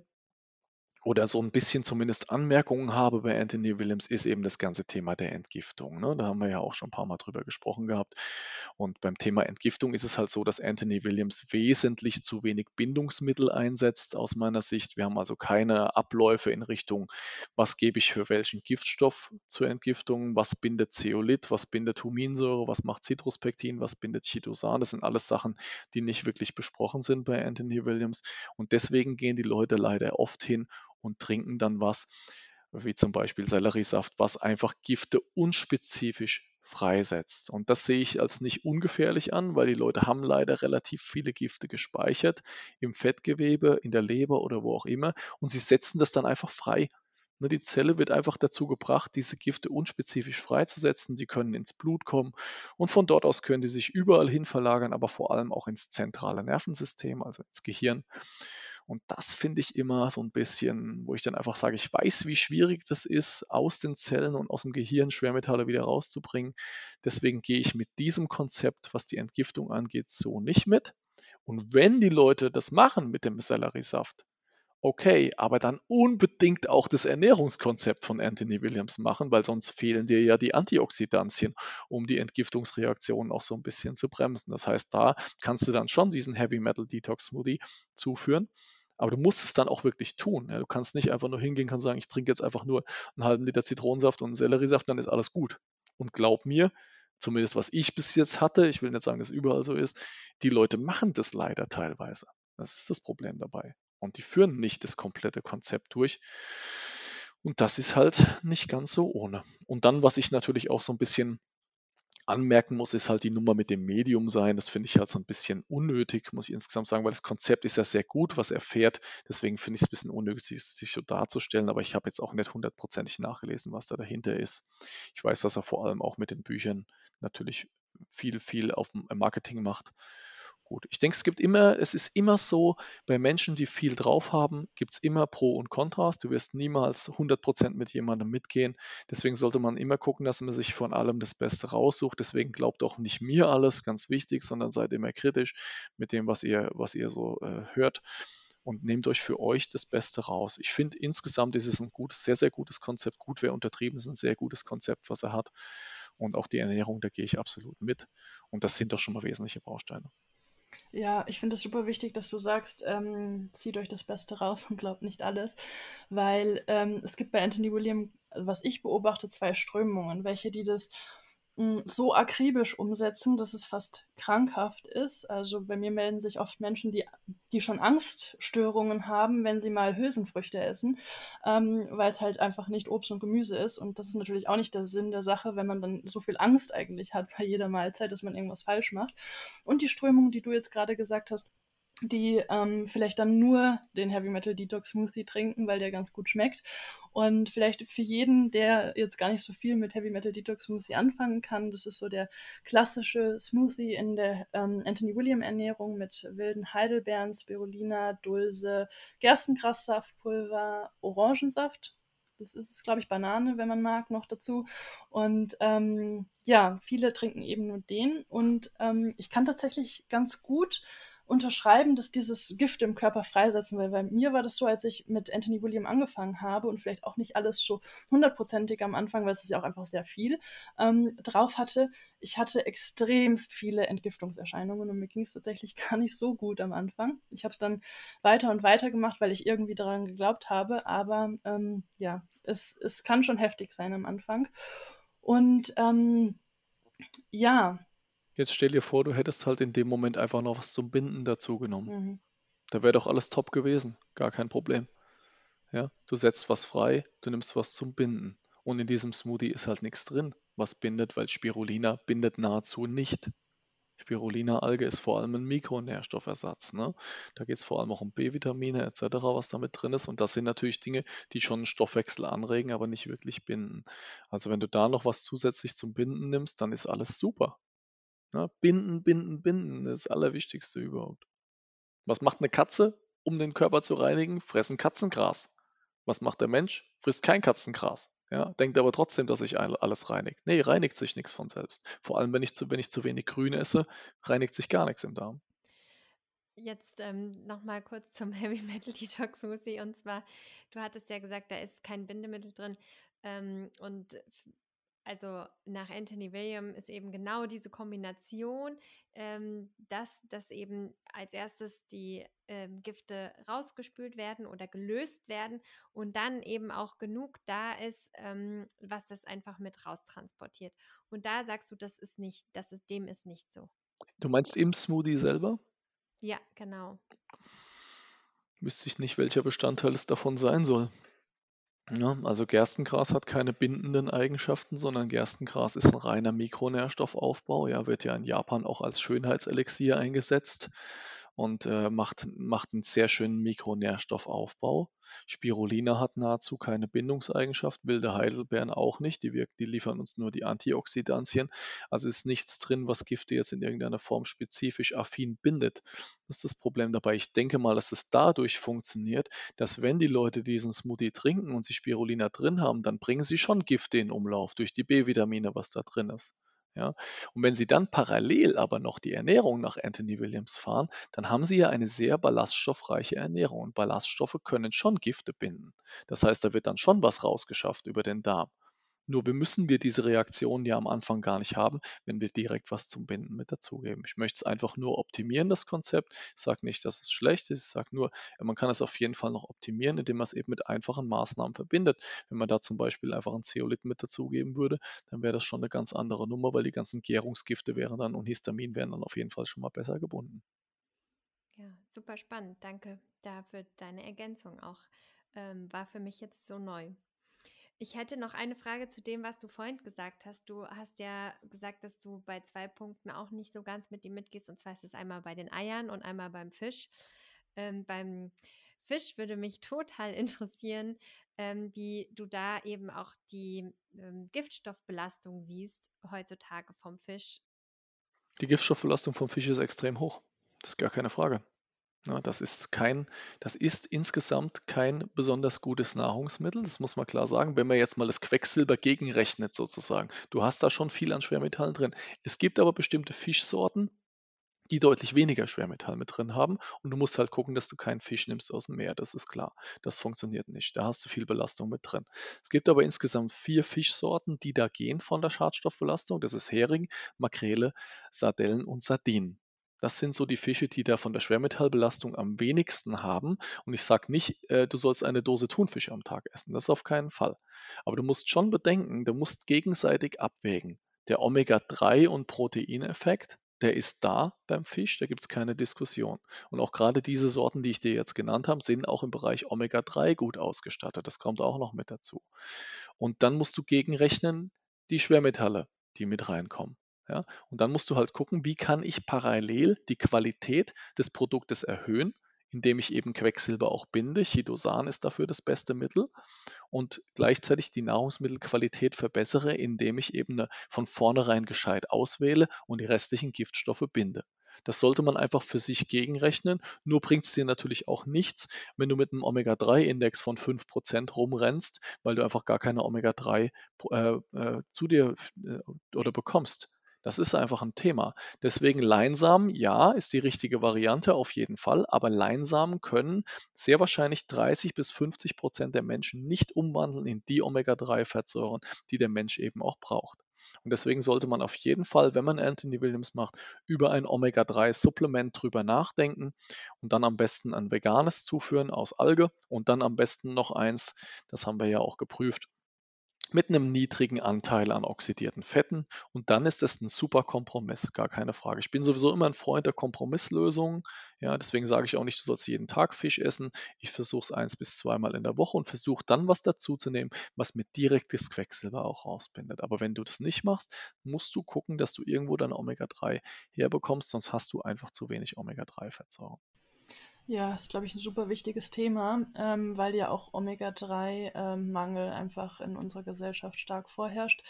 oder so ein bisschen zumindest Anmerkungen habe bei Anthony Williams, ist eben das ganze Thema der Entgiftung, ne? Da haben wir ja auch schon ein paar Mal drüber gesprochen gehabt. Und beim Thema Entgiftung ist es halt so, dass Anthony Williams wesentlich zu wenig Bindungsmittel einsetzt aus meiner Sicht. Wir haben also keine Abläufe in Richtung, was gebe ich für welchen Giftstoff zur Entgiftung, was bindet Zeolit, was bindet Huminsäure, was macht Citruspektin, was bindet Chitosan. Das sind alles Sachen, die nicht wirklich besprochen sind bei Anthony Williams. Und deswegen gehen die Leute leider oft hin und trinken dann was, wie zum Beispiel Selleriesaft, was einfach Gifte unspezifisch freisetzt. Und das sehe ich als nicht ungefährlich an, weil die Leute haben leider relativ viele Gifte gespeichert im Fettgewebe, in der Leber oder wo auch immer und sie setzen das dann einfach frei. Ne, die Zelle wird einfach dazu gebracht, diese Gifte unspezifisch freizusetzen. Die können ins Blut kommen und von dort aus können die sich überall hin verlagern, aber vor allem auch ins zentrale Nervensystem, also ins Gehirn. Und das finde ich immer so ein bisschen, wo ich dann einfach sage, ich weiß, wie schwierig das ist, aus den Zellen und aus dem Gehirn Schwermetalle wieder rauszubringen. Deswegen gehe ich mit diesem Konzept, was die Entgiftung angeht, so nicht mit. Und wenn die Leute das machen mit dem Selleriesaft, okay, aber dann unbedingt auch das Ernährungskonzept von Anthony Williams machen, weil sonst fehlen dir ja die Antioxidantien, um die Entgiftungsreaktion auch so ein bisschen zu bremsen. Das heißt, da kannst du dann schon diesen Heavy Metal Detox Smoothie zuführen, aber du musst es dann auch wirklich tun. Ja, du kannst nicht einfach nur hingehen und sagen, ich trinke jetzt einfach nur einen halben Liter Zitronensaft und einen Selleriesaft, dann ist alles gut. Und glaub mir, zumindest was ich bis jetzt hatte, ich will nicht sagen, dass es überall so ist, die Leute machen das leider teilweise. Das ist das Problem dabei. Und die führen nicht das komplette Konzept durch. Und das ist halt nicht ganz so ohne. Und dann, was ich natürlich auch so ein bisschen anmerken muss, ist halt die Nummer mit dem Medium sein. Das finde ich halt so ein bisschen unnötig, muss ich insgesamt sagen, weil das Konzept ist ja sehr gut, was er fährt. Deswegen finde ich es ein bisschen unnötig, sich, sich so darzustellen. Aber ich habe jetzt auch nicht hundertprozentig nachgelesen, was da dahinter ist. Ich weiß, dass er vor allem auch mit den Büchern natürlich viel, viel auf dem Marketing macht. Gut, ich denke, es gibt immer, es ist immer so, bei Menschen, die viel drauf haben, gibt es immer Pro und Kontras. Du wirst niemals hundert Prozent mit jemandem mitgehen. Deswegen sollte man immer gucken, dass man sich von allem das Beste raussucht. Deswegen glaubt auch nicht mir alles, ganz wichtig, sondern seid immer kritisch mit dem, was ihr, was ihr so äh, hört und nehmt euch für euch das Beste raus. Ich finde, insgesamt ist es ein gutes, sehr, sehr gutes Konzept. Gut wäre untertrieben, ist ein sehr gutes Konzept, was er hat. Und auch die Ernährung, da gehe ich absolut mit. Und das sind doch schon mal wesentliche Bausteine. Ja, ich finde es super wichtig, dass du sagst, ähm, zieht euch das Beste raus und glaubt nicht alles, weil ähm, es gibt bei Anthony William, was ich beobachte, zwei Strömungen, welche die das mh, so akribisch umsetzen, dass es fast krankhaft ist. Also bei mir melden sich oft Menschen, die, die schon Angststörungen haben, wenn sie mal Hülsenfrüchte essen, ähm, weil es halt einfach nicht Obst und Gemüse ist. Und das ist natürlich auch nicht der Sinn der Sache, wenn man dann so viel Angst eigentlich hat bei jeder Mahlzeit, dass man irgendwas falsch macht. Und die Strömung, die du jetzt gerade gesagt hast, die ähm, vielleicht dann nur den Heavy Metal Detox Smoothie trinken, weil der ganz gut schmeckt. Und vielleicht für jeden, der jetzt gar nicht so viel mit Heavy Metal Detox Smoothie anfangen kann, das ist so der klassische Smoothie in der ähm, Anthony William Ernährung mit wilden Heidelbeeren, Spirulina, Dulse, Gerstengrassaftpulver, Orangensaft. Das ist es, glaube ich, Banane, wenn man mag, noch dazu. Und ähm, ja, viele trinken eben nur den. Und ähm, ich kann tatsächlich ganz gut unterschreiben, dass dieses Gift im Körper freisetzen, weil bei mir war das so, als ich mit Anthony William angefangen habe und vielleicht auch nicht alles so hundertprozentig am Anfang, weil es ist ja auch einfach sehr viel, ähm, drauf hatte, ich hatte extremst viele Entgiftungserscheinungen und mir ging es tatsächlich gar nicht so gut am Anfang. Ich habe es dann weiter und weiter gemacht, weil ich irgendwie daran geglaubt habe, aber ähm, ja, es, es kann schon heftig sein am Anfang. Und ähm, ja. Jetzt stell dir vor, du hättest halt in dem Moment einfach noch was zum Binden dazu genommen. Mhm. Da wäre doch alles top gewesen. Gar kein Problem. Ja, du setzt was frei, du nimmst was zum Binden. Und in diesem Smoothie ist halt nichts drin, was bindet, weil Spirulina bindet nahezu nicht. Spirulina-Alge ist vor allem ein Mikronährstoffersatz. Ne? Da geht es vor allem auch um B-Vitamine et cetera, was damit drin ist. Und das sind natürlich Dinge, die schon einen Stoffwechsel anregen, aber nicht wirklich binden. Also wenn du da noch was zusätzlich zum Binden nimmst, dann ist alles super. Ja, binden, binden, binden, das ist das Allerwichtigste überhaupt. Was macht eine Katze, um den Körper zu reinigen? Fressen Katzengras. Was macht der Mensch? Frisst kein Katzengras. Ja, denkt aber trotzdem, dass sich all- alles reinigt. Nee, reinigt sich nichts von selbst. Vor allem, wenn ich zu, wenn ich zu wenig Grün esse, reinigt sich gar nichts im Darm. Jetzt ähm, noch mal kurz zum Heavy Metal Detox Smoothie. Und zwar, du hattest ja gesagt, da ist kein Bindemittel drin. Ähm, und f- also nach Anthony William ist eben genau diese Kombination, ähm, dass, dass eben als erstes die ähm, Gifte rausgespült werden oder gelöst werden und dann eben auch genug da ist, ähm, was das einfach mit raustransportiert. Und da sagst du, das ist nicht, das ist, dem ist nicht so. Du meinst im Smoothie selber? Ja, genau. Wüsste ich nicht, welcher Bestandteil es davon sein soll. Ja, also Gerstengras hat keine bindenden Eigenschaften, sondern Gerstengras ist ein reiner Mikronährstoffaufbau. Ja, wird ja in Japan auch als Schönheitselixier eingesetzt und äh, macht, macht einen sehr schönen Mikronährstoffaufbau. Spirulina hat nahezu keine Bindungseigenschaft, wilde Heidelbeeren auch nicht. Die wirken, die liefern uns nur die Antioxidantien. Also ist nichts drin, was Gifte jetzt in irgendeiner Form spezifisch affin bindet. Das ist das Problem dabei. Ich denke mal, dass es dadurch funktioniert, dass wenn die Leute diesen Smoothie trinken und sie Spirulina drin haben, dann bringen sie schon Gifte in Umlauf durch die B-Vitamine, was da drin ist. Ja? Und wenn sie dann parallel aber noch die Ernährung nach Anthony Williams fahren, dann haben sie ja eine sehr ballaststoffreiche Ernährung. Und Ballaststoffe können schon Gifte binden. Das heißt, da wird dann schon was rausgeschafft über den Darm. Nur müssen wir diese Reaktionen ja am Anfang gar nicht haben, wenn wir direkt was zum Binden mit dazugeben. Ich möchte es einfach nur optimieren, das Konzept. Ich sage nicht, dass es schlecht ist. Ich sage nur, man kann es auf jeden Fall noch optimieren, indem man es eben mit einfachen Maßnahmen verbindet. Wenn man da zum Beispiel einfach ein Zeolit mit dazugeben würde, dann wäre das schon eine ganz andere Nummer, weil die ganzen Gärungsgifte wären dann und Histamin wären dann auf jeden Fall schon mal besser gebunden. Ja, super spannend. Danke dafür deine Ergänzung auch. Ähm, war für mich jetzt so neu. Ich hätte noch eine Frage zu dem, was du vorhin gesagt hast. Du hast ja gesagt, dass du bei zwei Punkten auch nicht so ganz mit ihm mitgehst. Und zwar ist es einmal bei den Eiern und einmal beim Fisch. Ähm, beim Fisch würde mich total interessieren, ähm, wie du da eben auch die ähm, Giftstoffbelastung siehst heutzutage vom Fisch. Die Giftstoffbelastung vom Fisch ist extrem hoch. Das ist gar keine Frage. Ja, das ist kein, das ist insgesamt kein besonders gutes Nahrungsmittel, das muss man klar sagen. Wenn man jetzt mal das Quecksilber gegenrechnet sozusagen, du hast da schon viel an Schwermetallen drin. Es gibt aber bestimmte Fischsorten, die deutlich weniger Schwermetall mit drin haben und du musst halt gucken, dass du keinen Fisch nimmst aus dem Meer, das ist klar. Das funktioniert nicht, da hast du viel Belastung mit drin. Es gibt aber insgesamt vier Fischsorten, die da gehen von der Schadstoffbelastung. Das ist Hering, Makrele, Sardellen und Sardinen. Das sind so die Fische, die da von der Schwermetallbelastung am wenigsten haben. Und ich sage nicht, äh, du sollst eine Dose Thunfisch am Tag essen. Das auf keinen Fall. Aber du musst schon bedenken, du musst gegenseitig abwägen. Der Omega drei und Proteineffekt, der ist da beim Fisch, da gibt es keine Diskussion. Und auch gerade diese Sorten, die ich dir jetzt genannt habe, sind auch im Bereich Omega drei gut ausgestattet. Das kommt auch noch mit dazu. Und dann musst du gegenrechnen die Schwermetalle, die mit reinkommen. Ja? Und dann musst du halt gucken, wie kann ich parallel die Qualität des Produktes erhöhen, indem ich eben Quecksilber auch binde. Chidosan ist dafür das beste Mittel und gleichzeitig die Nahrungsmittelqualität verbessere, indem ich eben eine von vornherein gescheit auswähle und die restlichen Giftstoffe binde. Das sollte man einfach für sich gegenrechnen. Nur bringt es dir natürlich auch nichts, wenn du mit einem Omega drei Index von fünf Prozent rumrennst, weil du einfach gar keine Omega drei äh, äh, zu dir äh, oder bekommst. Das ist einfach ein Thema. Deswegen Leinsamen, ja, ist die richtige Variante auf jeden Fall, aber Leinsamen können sehr wahrscheinlich dreißig bis fünfzig Prozent der Menschen nicht umwandeln in die Omega drei Fettsäuren, die der Mensch eben auch braucht. Und deswegen sollte man auf jeden Fall, wenn man Anthony Williams macht, über ein Omega drei Supplement drüber nachdenken und dann am besten ein veganes zuführen aus Alge und dann am besten noch eins, das haben wir ja auch geprüft, mit einem niedrigen Anteil an oxidierten Fetten und dann ist es ein super Kompromiss, gar keine Frage. Ich bin sowieso immer ein Freund der Kompromisslösungen, ja, deswegen sage ich auch nicht, du sollst jeden Tag Fisch essen. Ich versuche es eins bis zweimal in der Woche und versuche dann was dazuzunehmen, was mir direkt das Quecksilber auch rausbindet. Aber wenn du das nicht machst, musst du gucken, dass du irgendwo dein Omega drei herbekommst, sonst hast du einfach zu wenig Omega drei Fettsäuren. Ja, ist, glaube ich, ein super wichtiges Thema, ähm, weil ja auch Omega drei Mangel einfach in unserer Gesellschaft stark vorherrscht.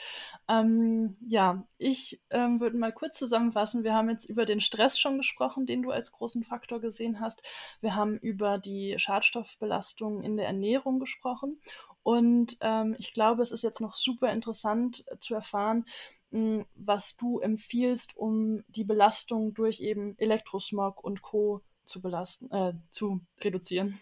Ähm, ja, ich ähm, würde mal kurz zusammenfassen. Wir haben jetzt über den Stress schon gesprochen, den du als großen Faktor gesehen hast. Wir haben über die Schadstoffbelastung in der Ernährung gesprochen. Und ähm, ich glaube, es ist jetzt noch super interessant äh, zu erfahren, mh, was du empfiehlst, um die Belastung durch eben Elektrosmog und Co. zu belasten, äh, zu reduzieren.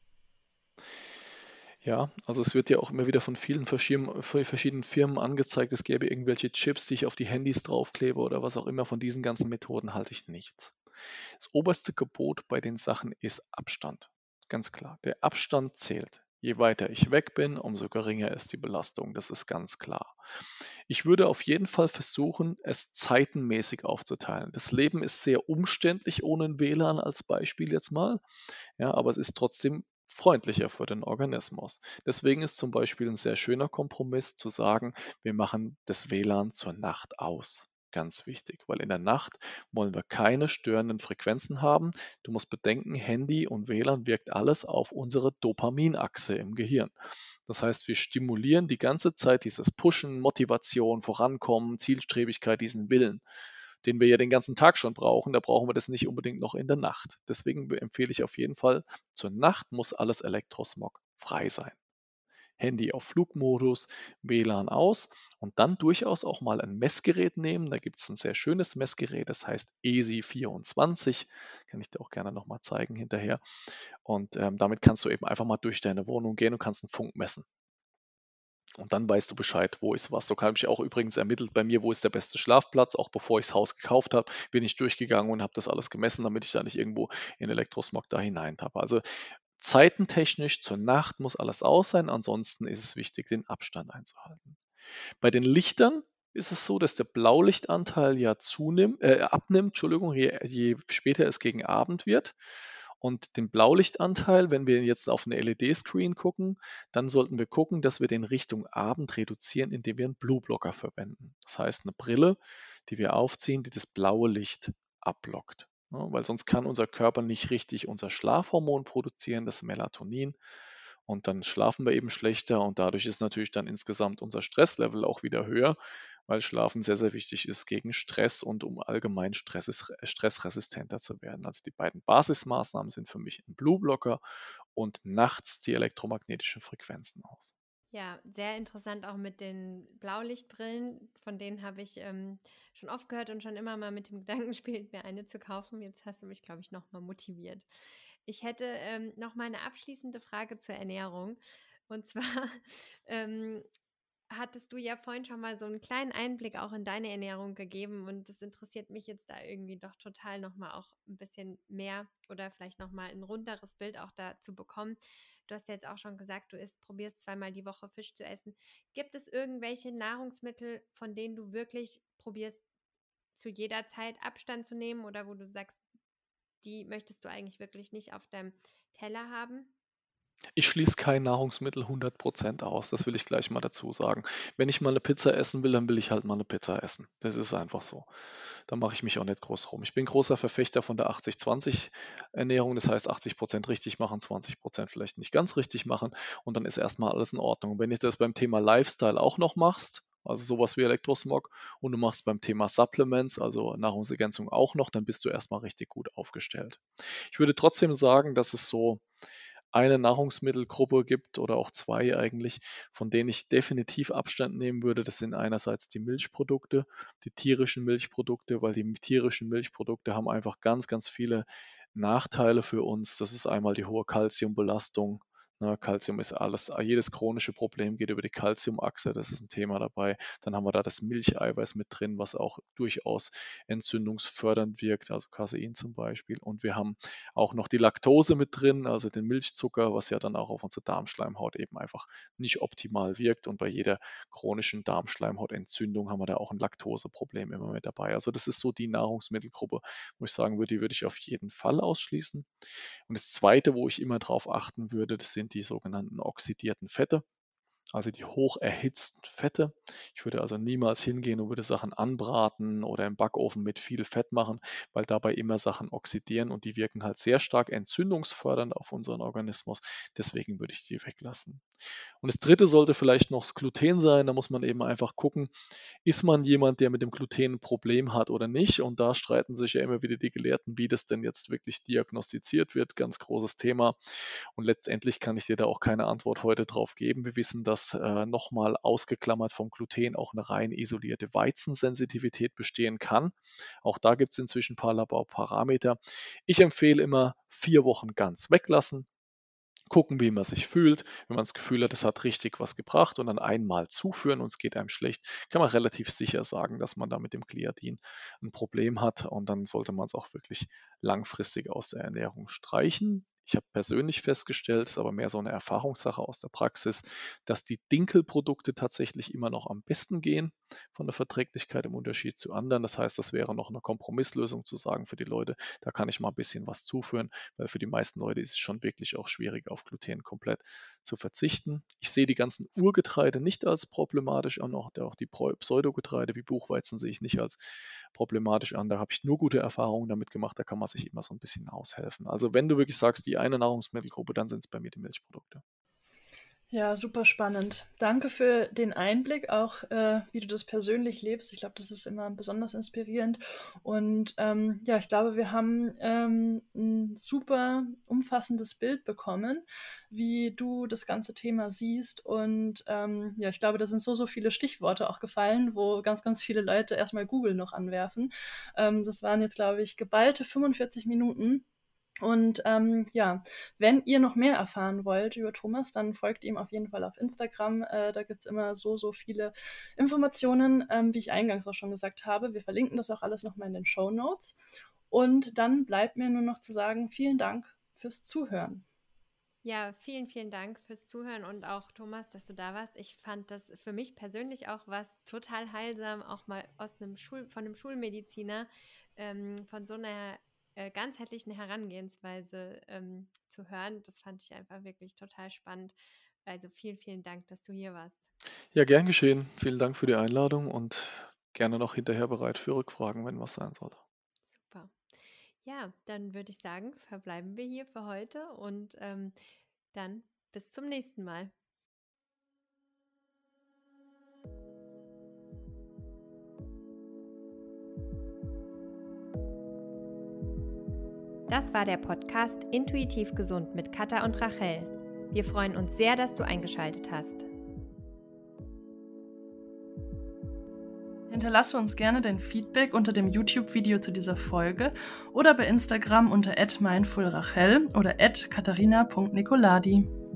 Ja, also es wird ja auch immer wieder von vielen verschiedenen verschiedenen Firmen angezeigt, es gäbe irgendwelche Chips, die ich auf die Handys draufklebe oder was auch immer. Von diesen ganzen Methoden halte ich nichts. Das oberste Gebot bei den Sachen ist Abstand. Ganz klar. Der Abstand zählt. Je weiter ich weg bin, umso geringer ist die Belastung. Das ist ganz klar. Ich würde auf jeden Fall versuchen, es zeitenmäßig aufzuteilen. Das Leben ist sehr umständlich ohne ein W L A N als Beispiel jetzt mal. Ja, aber es ist trotzdem freundlicher für den Organismus. Deswegen ist zum Beispiel ein sehr schöner Kompromiss zu sagen, wir machen das W L A N zur Nacht aus. Ganz wichtig, weil in der Nacht wollen wir keine störenden Frequenzen haben. Du musst bedenken, Handy und W L A N wirkt alles auf unsere Dopaminachse im Gehirn. Das heißt, wir stimulieren die ganze Zeit dieses Pushen, Motivation, Vorankommen, Zielstrebigkeit, diesen Willen, den wir ja den ganzen Tag schon brauchen. Da brauchen wir das nicht unbedingt noch in der Nacht. Deswegen empfehle ich auf jeden Fall, zur Nacht muss alles Elektrosmog frei sein. Handy auf Flugmodus, W L A N aus und dann durchaus auch mal ein Messgerät nehmen. Da gibt es ein sehr schönes Messgerät, das heißt E S I vierundzwanzig. Kann ich dir auch gerne nochmal zeigen hinterher. Und ähm, damit kannst du eben einfach mal durch deine Wohnung gehen und kannst einen Funk messen. Und dann weißt du Bescheid, wo ist was. So habe ich auch übrigens ermittelt bei mir, wo ist der beste Schlafplatz. Auch bevor ich das Haus gekauft habe, bin ich durchgegangen und habe das alles gemessen, damit ich da nicht irgendwo in Elektrosmog da hinein habe. Also zeitentechnisch zur Nacht muss alles aus sein. Ansonsten ist es wichtig, den Abstand einzuhalten. Bei den Lichtern ist es so, dass der Blaulichtanteil ja zunimmt, äh, abnimmt, Entschuldigung, je, je später es gegen Abend wird. Und den Blaulichtanteil, wenn wir jetzt auf eine L E D-Screen gucken, dann sollten wir gucken, dass wir den Richtung Abend reduzieren, indem wir einen Blueblocker verwenden. Das heißt, eine Brille, die wir aufziehen, die das blaue Licht abblockt. Ja, weil sonst kann unser Körper nicht richtig unser Schlafhormon produzieren, das Melatonin. Und dann schlafen wir eben schlechter und dadurch ist natürlich dann insgesamt unser Stresslevel auch wieder höher, weil Schlafen sehr, sehr wichtig ist gegen Stress und um allgemein Stress, stressresistenter zu werden. Also die beiden Basismaßnahmen sind für mich ein Blueblocker und nachts die elektromagnetischen Frequenzen aus. Ja, sehr interessant auch mit den Blaulichtbrillen. Von denen habe ich ähm, schon oft gehört und schon immer mal mit dem Gedanken gespielt, mir eine zu kaufen. Jetzt hast du mich, glaube ich, nochmal motiviert. Ich hätte ähm, noch mal eine abschließende Frage zur Ernährung. Und zwar ähm, hattest du ja vorhin schon mal so einen kleinen Einblick auch in deine Ernährung gegeben und es interessiert mich jetzt da irgendwie doch total noch mal auch ein bisschen mehr oder vielleicht noch mal ein runderes Bild auch dazu bekommen. Du hast ja jetzt auch schon gesagt, du isst, probierst zweimal die Woche Fisch zu essen. Gibt es irgendwelche Nahrungsmittel, von denen du wirklich probierst, zu jeder Zeit Abstand zu nehmen oder wo du sagst, die möchtest du eigentlich wirklich nicht auf deinem Teller haben? Ich schließe kein Nahrungsmittel hundert Prozent aus, das will ich gleich mal dazu sagen. Wenn ich mal eine Pizza essen will, dann will ich halt mal eine Pizza essen. Das ist einfach so. Da mache ich mich auch nicht groß rum. Ich bin großer Verfechter von der achtzig zwanzig Ernährung, das heißt achtzig Prozent richtig machen, zwanzig Prozent vielleicht nicht ganz richtig machen und dann ist erstmal alles in Ordnung. Und wenn du das beim Thema Lifestyle auch noch machst, also sowas wie Elektrosmog, und du machst beim Thema Supplements, also Nahrungsergänzung auch noch, dann bist du erstmal richtig gut aufgestellt. Ich würde trotzdem sagen, dass es so eine Nahrungsmittelgruppe gibt oder auch zwei eigentlich, von denen ich definitiv Abstand nehmen würde. Das sind einerseits die Milchprodukte, die tierischen Milchprodukte, weil die tierischen Milchprodukte haben einfach ganz, ganz viele Nachteile für uns. Das ist einmal die hohe Kalziumbelastung. Ne, Calcium ist alles, jedes chronische Problem geht über die Calciumachse, das ist ein Thema dabei. Dann haben wir da das Milcheiweiß mit drin, was auch durchaus entzündungsfördernd wirkt, also Casein zum Beispiel. Und wir haben auch noch die Laktose mit drin, also den Milchzucker, was ja dann auch auf unsere Darmschleimhaut eben einfach nicht optimal wirkt. Und bei jeder chronischen Darmschleimhautentzündung haben wir da auch ein Laktoseproblem immer mit dabei. Also das ist so die Nahrungsmittelgruppe, wo ich sagen würde, die würde ich auf jeden Fall ausschließen. Und das Zweite, wo ich immer drauf achten würde, das sind die sogenannten oxidierten Fette, also die hoch erhitzten Fette. Ich würde also niemals hingehen und würde Sachen anbraten oder im Backofen mit viel Fett machen, weil dabei immer Sachen oxidieren und die wirken halt sehr stark entzündungsfördernd auf unseren Organismus. Deswegen würde ich die weglassen. Und das Dritte sollte vielleicht noch das Gluten sein. Da muss man eben einfach gucken, ist man jemand, der mit dem Gluten ein Problem hat oder nicht? Und da streiten sich ja immer wieder die Gelehrten, wie das denn jetzt wirklich diagnostiziert wird. Ganz großes Thema. Und letztendlich kann ich dir da auch keine Antwort heute drauf geben. Wir wissen, dass äh, nochmal ausgeklammert vom Gluten auch eine rein isolierte Weizensensitivität bestehen kann. Auch da gibt es inzwischen ein paar Laborparameter. Ich empfehle immer vier Wochen ganz weglassen, gucken, wie man sich fühlt. Wenn man das Gefühl hat, es hat richtig was gebracht und dann einmal zuführen und es geht einem schlecht, kann man relativ sicher sagen, dass man da mit dem Kreatin ein Problem hat und dann sollte man es auch wirklich langfristig aus der Ernährung streichen. Ich habe persönlich festgestellt, es ist aber mehr so eine Erfahrungssache aus der Praxis, dass die Dinkelprodukte tatsächlich immer noch am besten gehen von der Verträglichkeit im Unterschied zu anderen. Das heißt, das wäre noch eine Kompromisslösung zu sagen für die Leute, da kann ich mal ein bisschen was zuführen, weil für die meisten Leute ist es schon wirklich auch schwierig, auf Gluten komplett zu verzichten. Ich sehe die ganzen Urgetreide nicht als problematisch an, auch, auch die Pseudogetreide wie Buchweizen sehe ich nicht als problematisch an. Da habe ich nur gute Erfahrungen damit gemacht, da kann man sich immer so ein bisschen aushelfen. Also wenn du wirklich sagst, die eine Nahrungsmittelgruppe, dann sind es bei mir die Milchprodukte. Ja, super spannend. Danke für den Einblick, auch äh, wie du das persönlich lebst. Ich glaube, das ist immer besonders inspirierend. Und ähm, ja, ich glaube, wir haben ähm, ein super umfassendes Bild bekommen, wie du das ganze Thema siehst. Und ähm, ja, ich glaube, da sind so, so viele Stichworte auch gefallen, wo ganz, ganz viele Leute erstmal Google noch anwerfen. Ähm, das waren jetzt, glaube ich, geballte fünfundvierzig Minuten. Und ähm, ja, wenn ihr noch mehr erfahren wollt über Thomas, dann folgt ihm auf jeden Fall auf Instagram. Äh, da gibt es immer so, so viele Informationen, ähm, wie ich eingangs auch schon gesagt habe. Wir verlinken das auch alles nochmal in den Shownotes. Und dann bleibt mir nur noch zu sagen, vielen Dank fürs Zuhören. Ja, vielen, vielen Dank fürs Zuhören und auch Thomas, dass du da warst. Ich fand das für mich persönlich auch was total heilsam, auch mal aus einem Schul von einem Schulmediziner, ähm, von so einer äh, ganzheitlichen Herangehensweise ähm, zu hören. Das fand ich einfach wirklich total spannend. Also vielen, vielen Dank, dass du hier warst. Ja, gern geschehen. Vielen Dank für die Einladung und gerne noch hinterher bereit für Rückfragen, wenn was sein sollte. Super. Ja, dann würde ich sagen, verbleiben wir hier für heute und ähm, dann bis zum nächsten Mal. Das war der Podcast Intuitiv Gesund mit Katha und Rachel. Wir freuen uns sehr, dass du eingeschaltet hast. Hinterlasse uns gerne dein Feedback unter dem YouTube-Video zu dieser Folge oder bei Instagram unter at mindfulrachel oder at katharina punkt nicoladi.